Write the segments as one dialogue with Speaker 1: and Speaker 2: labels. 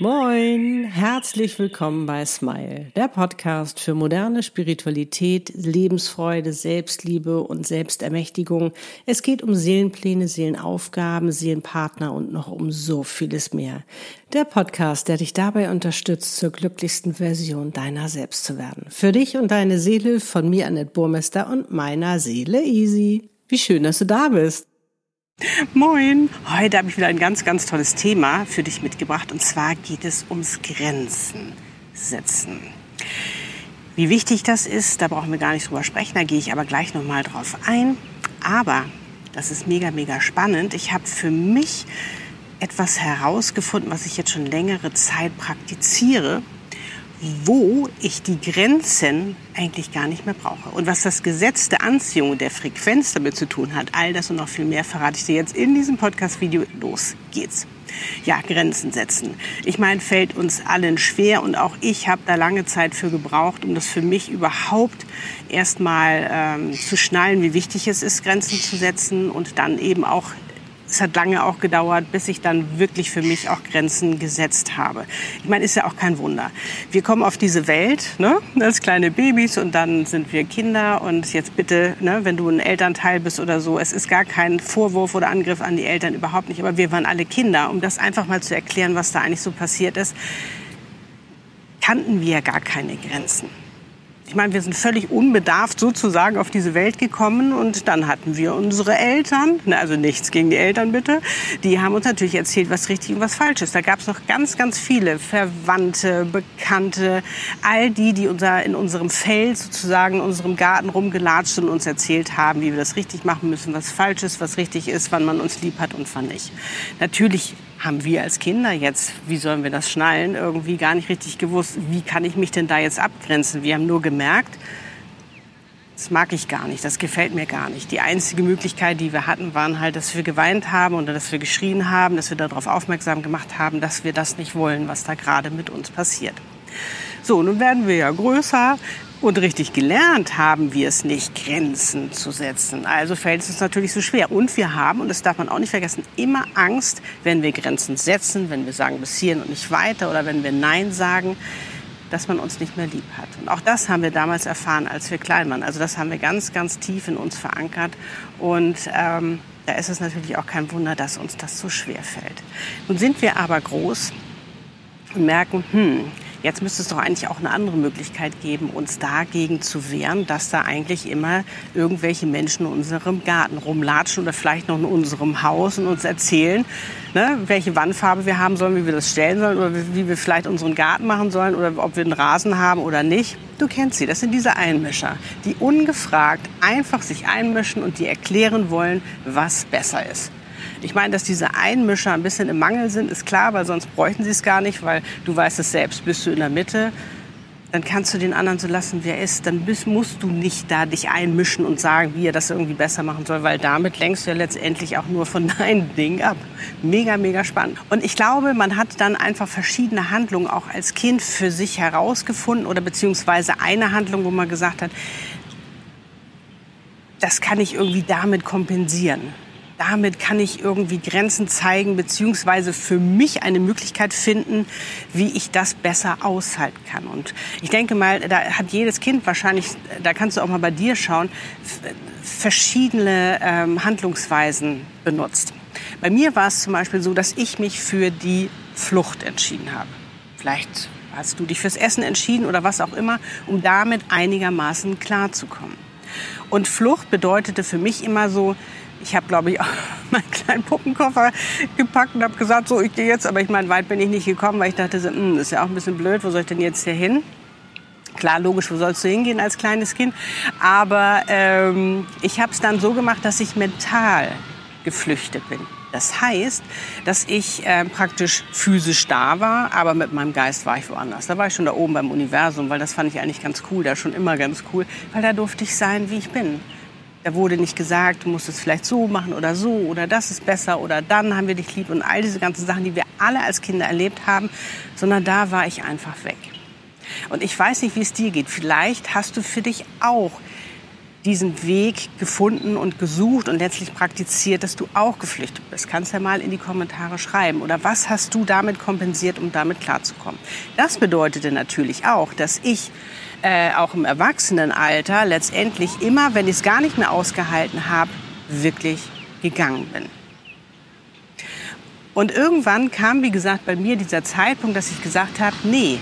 Speaker 1: Moin, herzlich willkommen bei Smile, der Podcast für moderne Spiritualität, Lebensfreude, Selbstliebe und Selbstermächtigung. Es geht um Seelenpläne, Seelenaufgaben, Seelenpartner und noch um so vieles mehr. Der Podcast, der dich dabei unterstützt, zur glücklichsten Version deiner selbst zu werden. Für dich und deine Seele von mir, Annette Burmester, und meiner Seele Easy. Wie schön, dass du da bist.
Speaker 2: Moin! Heute habe ich wieder ein ganz, ganz tolles Thema für dich mitgebracht. Und zwar geht es ums Grenzen setzen. Wie wichtig das ist, da brauchen wir gar nicht drüber sprechen. Da gehe ich aber gleich nochmal drauf ein. Aber das ist mega, mega spannend. Ich habe für mich etwas herausgefunden, was ich jetzt schon längere Zeit praktiziere, wo ich die Grenzen eigentlich gar nicht mehr brauche. Und was das Gesetz der Anziehung und der Frequenz damit zu tun hat, all das und noch viel mehr verrate ich dir jetzt in diesem Podcast-Video. Los geht's. Ja, Grenzen setzen. Ich meine, fällt uns allen schwer und auch ich habe da lange Zeit für gebraucht, um das für mich überhaupt erstmal zu schnallen, wie wichtig es ist, Grenzen zu setzen und dann eben auch. Es hat lange auch gedauert, bis ich dann wirklich für mich auch Grenzen gesetzt habe. Ich meine, ist ja auch kein Wunder. Wir kommen auf diese Welt, ne, als kleine Babys und dann sind wir Kinder. Und jetzt bitte, ne, wenn du ein Elternteil bist oder so, es ist gar kein Vorwurf oder Angriff an die Eltern, überhaupt nicht. Aber wir waren alle Kinder. Um das einfach mal zu erklären, was da eigentlich so passiert ist, kannten wir gar keine Grenzen. Ich meine, wir sind völlig unbedarft sozusagen auf diese Welt gekommen und dann hatten wir unsere Eltern, also nichts gegen die Eltern bitte, die haben uns natürlich erzählt, was richtig und was falsch ist. Da gab es noch ganz, ganz viele Verwandte, Bekannte, all die in unserem Feld sozusagen, in unserem Garten rumgelatscht und uns erzählt haben, wie wir das richtig machen müssen, was falsch ist, was richtig ist, wann man uns lieb hat und wann nicht. Natürlich haben wir als Kinder jetzt, wie sollen wir das schnallen, irgendwie gar nicht richtig gewusst, wie kann ich mich denn da jetzt abgrenzen. Wir haben nur gemerkt, das mag ich gar nicht, das gefällt mir gar nicht. Die einzige Möglichkeit, die wir hatten, waren halt, dass wir geweint haben oder dass wir geschrien haben, dass wir darauf aufmerksam gemacht haben, dass wir das nicht wollen, was da gerade mit uns passiert. So, nun werden wir ja größer. Und richtig gelernt haben wir es nicht, Grenzen zu setzen. Also fällt es uns natürlich so schwer. Und wir haben, und das darf man auch nicht vergessen, immer Angst, wenn wir Grenzen setzen, wenn wir sagen bis hierhin und nicht weiter oder wenn wir Nein sagen, dass man uns nicht mehr lieb hat. Und auch das haben wir damals erfahren, als wir klein waren. Also das haben wir ganz, ganz tief in uns verankert. Und da ist es natürlich auch kein Wunder, dass uns das so schwer fällt. Nun sind wir aber groß und merken, jetzt müsste es doch eigentlich auch eine andere Möglichkeit geben, uns dagegen zu wehren, dass da eigentlich immer irgendwelche Menschen in unserem Garten rumlatschen oder vielleicht noch in unserem Haus und uns erzählen, ne, welche Wandfarbe wir haben sollen, wie wir das stellen sollen oder wie wir vielleicht unseren Garten machen sollen oder ob wir einen Rasen haben oder nicht. Du kennst sie, das sind diese Einmischer, die ungefragt einfach sich einmischen und die erklären wollen, was besser ist. Ich meine, dass diese Einmischer ein bisschen im Mangel sind, ist klar, weil sonst bräuchten sie es gar nicht, weil du weißt es selbst, bist du in der Mitte, dann kannst du den anderen so lassen, wie er ist. Dann musst du nicht da dich einmischen und sagen, wie er das irgendwie besser machen soll, weil damit lenkst du ja letztendlich auch nur von deinem Ding ab. Mega, mega spannend. Und ich glaube, man hat dann einfach verschiedene Handlungen auch als Kind für sich herausgefunden oder beziehungsweise eine Handlung, wo man gesagt hat, das kann ich irgendwie damit kompensieren. Damit kann ich irgendwie Grenzen zeigen, beziehungsweise für mich eine Möglichkeit finden, wie ich das besser aushalten kann. Und ich denke mal, da hat jedes Kind wahrscheinlich, da kannst du auch mal bei dir schauen, verschiedene Handlungsweisen benutzt. Bei mir war es zum Beispiel so, dass ich mich für die Flucht entschieden habe. Vielleicht hast du dich fürs Essen entschieden oder was auch immer, um damit einigermaßen klarzukommen. Und Flucht bedeutete für mich immer so, ich habe, glaube ich, auch meinen kleinen Puppenkoffer gepackt und habe gesagt, so, ich gehe jetzt. Aber ich meine, weit bin ich nicht gekommen, weil ich dachte, so, das ist ja auch ein bisschen blöd, wo soll ich denn jetzt hier hin? Klar, logisch, wo sollst du hingehen als kleines Kind? Aber ich habe es dann so gemacht, dass ich mental geflüchtet bin. Das heißt, dass ich praktisch physisch da war, aber mit meinem Geist war ich woanders. Da war ich schon da oben beim Universum, weil das fand ich eigentlich ganz cool, da schon immer ganz cool, weil da durfte ich sein, wie ich bin. Da wurde nicht gesagt, du musst es vielleicht so machen oder so oder das ist besser oder dann haben wir dich lieb und all diese ganzen Sachen, die wir alle als Kinder erlebt haben, sondern da war ich einfach weg. Und ich weiß nicht, wie es dir geht. Vielleicht hast du für dich auch diesen Weg gefunden und gesucht und letztlich praktiziert, dass du auch geflüchtet bist? Kannst ja mal in die Kommentare schreiben. Oder was hast du damit kompensiert, um damit klarzukommen? Das bedeutete natürlich auch, dass ich auch im Erwachsenenalter letztendlich immer, wenn ich es gar nicht mehr ausgehalten habe, wirklich gegangen bin. Und irgendwann kam, wie gesagt, bei mir dieser Zeitpunkt, dass ich gesagt habe, nee,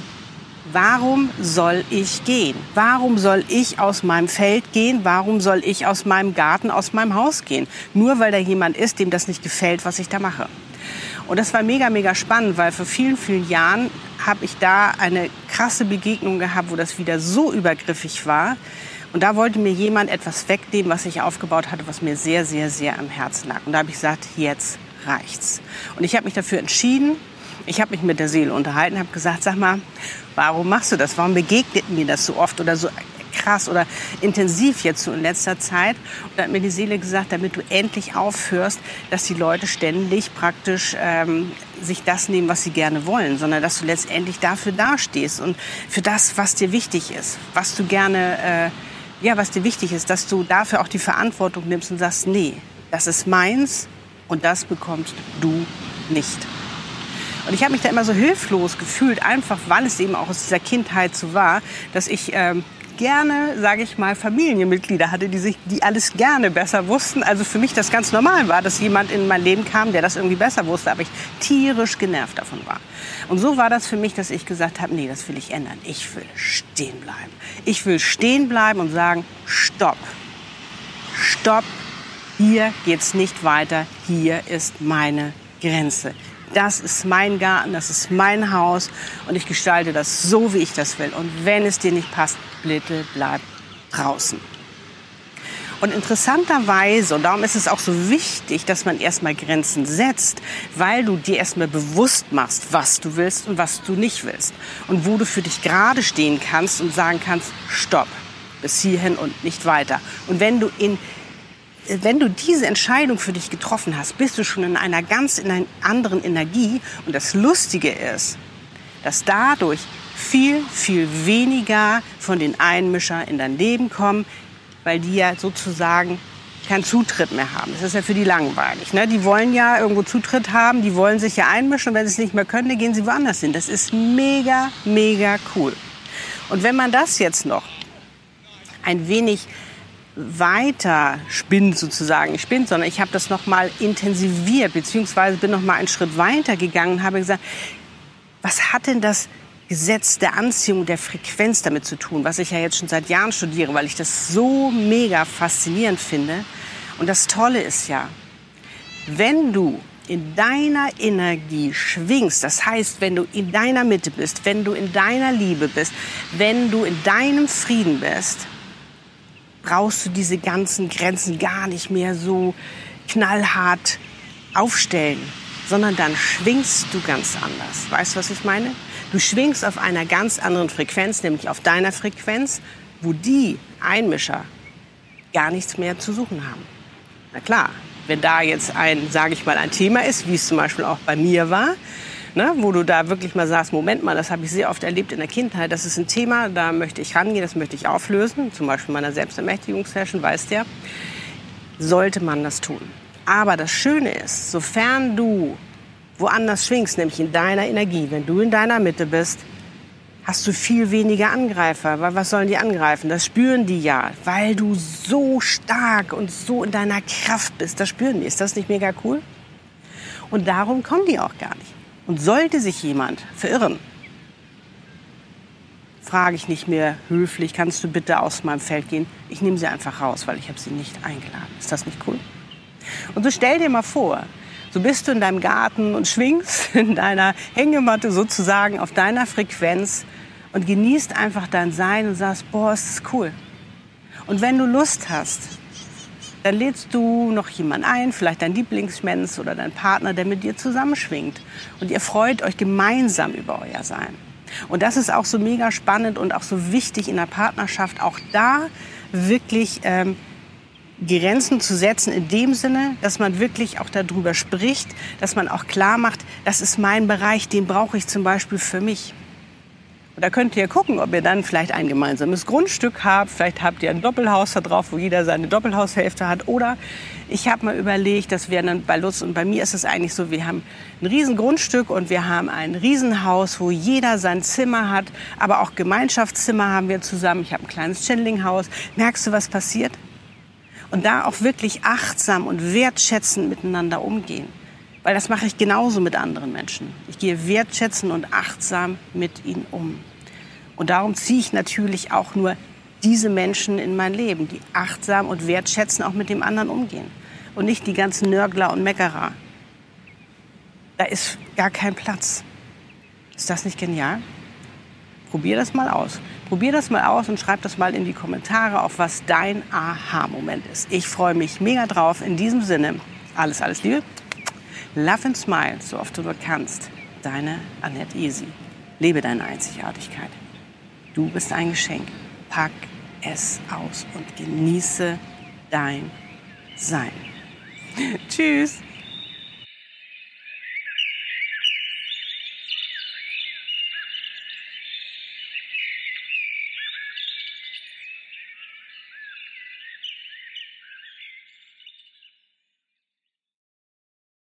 Speaker 2: warum soll ich gehen? Warum soll ich aus meinem Feld gehen? Warum soll ich aus meinem Garten, aus meinem Haus gehen? Nur weil da jemand ist, dem das nicht gefällt, was ich da mache. Und das war mega, mega spannend, weil vor vielen, vielen Jahren habe ich da eine krasse Begegnung gehabt, wo das wieder so übergriffig war. Und da wollte mir jemand etwas wegnehmen, was ich aufgebaut hatte, was mir sehr, sehr, sehr am Herzen lag. Und da habe ich gesagt, jetzt reicht's. Und ich habe mich dafür entschieden. Ich habe mich mit der Seele unterhalten, habe gesagt, sag mal, warum machst du das? Warum begegnet mir das so oft oder so krass oder intensiv jetzt so in letzter Zeit? Und da hat mir die Seele gesagt, damit du endlich aufhörst, dass die Leute ständig praktisch sich das nehmen, was sie gerne wollen, sondern dass du letztendlich dafür dastehst und für das, was dir wichtig ist, was du gerne, was dir wichtig ist, dass du dafür auch die Verantwortung nimmst und sagst, nee, das ist meins und das bekommst du nicht. Und ich habe mich da immer so hilflos gefühlt, einfach weil es eben auch aus dieser Kindheit so war, dass ich gerne, sage ich mal, Familienmitglieder hatte, die alles gerne besser wussten. Also für mich das ganz normal war, dass jemand in mein Leben kam, der das irgendwie besser wusste, aber ich tierisch genervt davon war. Und so war das für mich, dass ich gesagt habe, nee, das will ich ändern. Ich will stehen bleiben. Ich will stehen bleiben und sagen, stopp. Stopp. Hier geht's nicht weiter. Hier ist meine Grenze. Das ist mein Garten, das ist mein Haus und ich gestalte das so, wie ich das will. Und wenn es dir nicht passt, bitte bleib draußen. Und interessanterweise, und darum ist es auch so wichtig, dass man erstmal Grenzen setzt, weil du dir erstmal bewusst machst, was du willst und was du nicht willst. Und wo du für dich gerade stehen kannst und sagen kannst, stopp, bis hierhin und nicht weiter. Und wenn du diese Entscheidung für dich getroffen hast, bist du schon in einer anderen Energie. Und das Lustige ist, dass dadurch viel, viel weniger von den Einmischern in dein Leben kommen, weil die ja sozusagen keinen Zutritt mehr haben. Das ist ja für die langweilig, ne? Die wollen ja irgendwo Zutritt haben, die wollen sich ja einmischen und wenn sie es nicht mehr können, dann gehen sie woanders hin. Das ist mega, mega cool. Und wenn man das jetzt noch ein wenig weiter spinnt sozusagen, nicht spinnt, sondern ich habe das noch mal intensiviert, beziehungsweise bin noch mal einen Schritt weiter gegangen und habe gesagt, was hat denn das Gesetz der Anziehung, der Frequenz damit zu tun, was ich ja jetzt schon seit Jahren studiere, weil ich das so mega faszinierend finde. Und das Tolle ist ja, wenn du in deiner Energie schwingst, das heißt, wenn du in deiner Mitte bist, wenn du in deiner Liebe bist, wenn du in deinem Frieden bist, brauchst du diese ganzen Grenzen gar nicht mehr so knallhart aufstellen, sondern dann schwingst du ganz anders. Weißt du, was ich meine? Du schwingst auf einer ganz anderen Frequenz, nämlich auf deiner Frequenz, wo die Einmischer gar nichts mehr zu suchen haben. Na klar, wenn da jetzt ein Thema ist, wie es zum Beispiel auch bei mir war, ne, wo du da wirklich mal sagst, Moment mal, das habe ich sehr oft erlebt in der Kindheit, das ist ein Thema, da möchte ich rangehen, das möchte ich auflösen, zum Beispiel in meiner Selbstermächtigungssession, weißt du, sollte man das tun. Aber das Schöne ist, sofern du woanders schwingst, nämlich in deiner Energie, wenn du in deiner Mitte bist, hast du viel weniger Angreifer. Weil was sollen die angreifen? Das spüren die ja, weil du so stark und so in deiner Kraft bist. Das spüren die. Ist das nicht mega cool? Und darum kommen die auch gar nicht. Und sollte sich jemand verirren, frage ich nicht mehr höflich, kannst du bitte aus meinem Feld gehen? Ich nehme sie einfach raus, weil ich habe sie nicht eingeladen. Ist das nicht cool? Und so stell dir mal vor, so bist du in deinem Garten und schwingst in deiner Hängematte sozusagen auf deiner Frequenz und genießt einfach dein Sein und sagst, boah, ist das cool. Und wenn du Lust hast, dann lädst du noch jemanden ein, vielleicht dein Lieblingsmensch oder dein Partner, der mit dir zusammenschwingt. Und ihr freut euch gemeinsam über euer Sein. Und das ist auch so mega spannend und auch so wichtig in der Partnerschaft, auch da wirklich Grenzen zu setzen in dem Sinne, dass man wirklich auch darüber spricht, dass man auch klar macht, das ist mein Bereich, den brauche ich zum Beispiel für mich. Und da könnt ihr gucken, ob ihr dann vielleicht ein gemeinsames Grundstück habt. Vielleicht habt ihr ein Doppelhaus da drauf, wo jeder seine Doppelhaushälfte hat. Oder ich habe mal überlegt, das wäre dann bei Lutz und bei mir ist es eigentlich so, wir haben ein riesen Grundstück und wir haben ein Riesenhaus, wo jeder sein Zimmer hat. Aber auch Gemeinschaftszimmer haben wir zusammen. Ich habe ein kleines Channeling-Haus. Merkst du, was passiert? Und da auch wirklich achtsam und wertschätzend miteinander umgehen. Weil das mache ich genauso mit anderen Menschen. Ich gehe wertschätzend und achtsam mit ihnen um. Und darum ziehe ich natürlich auch nur diese Menschen in mein Leben, die achtsam und wertschätzend auch mit dem anderen umgehen. Und nicht die ganzen Nörgler und Meckerer. Da ist gar kein Platz. Ist das nicht genial? Probier das mal aus. Probier das mal aus und schreib das mal in die Kommentare, auf was dein Aha-Moment ist. Ich freue mich mega drauf. In diesem Sinne, alles, alles Liebe. Love and smile, so oft du nur kannst. Deine Annette Easy. Lebe deine Einzigartigkeit. Du bist ein Geschenk. Pack es aus und genieße dein Sein. Tschüss.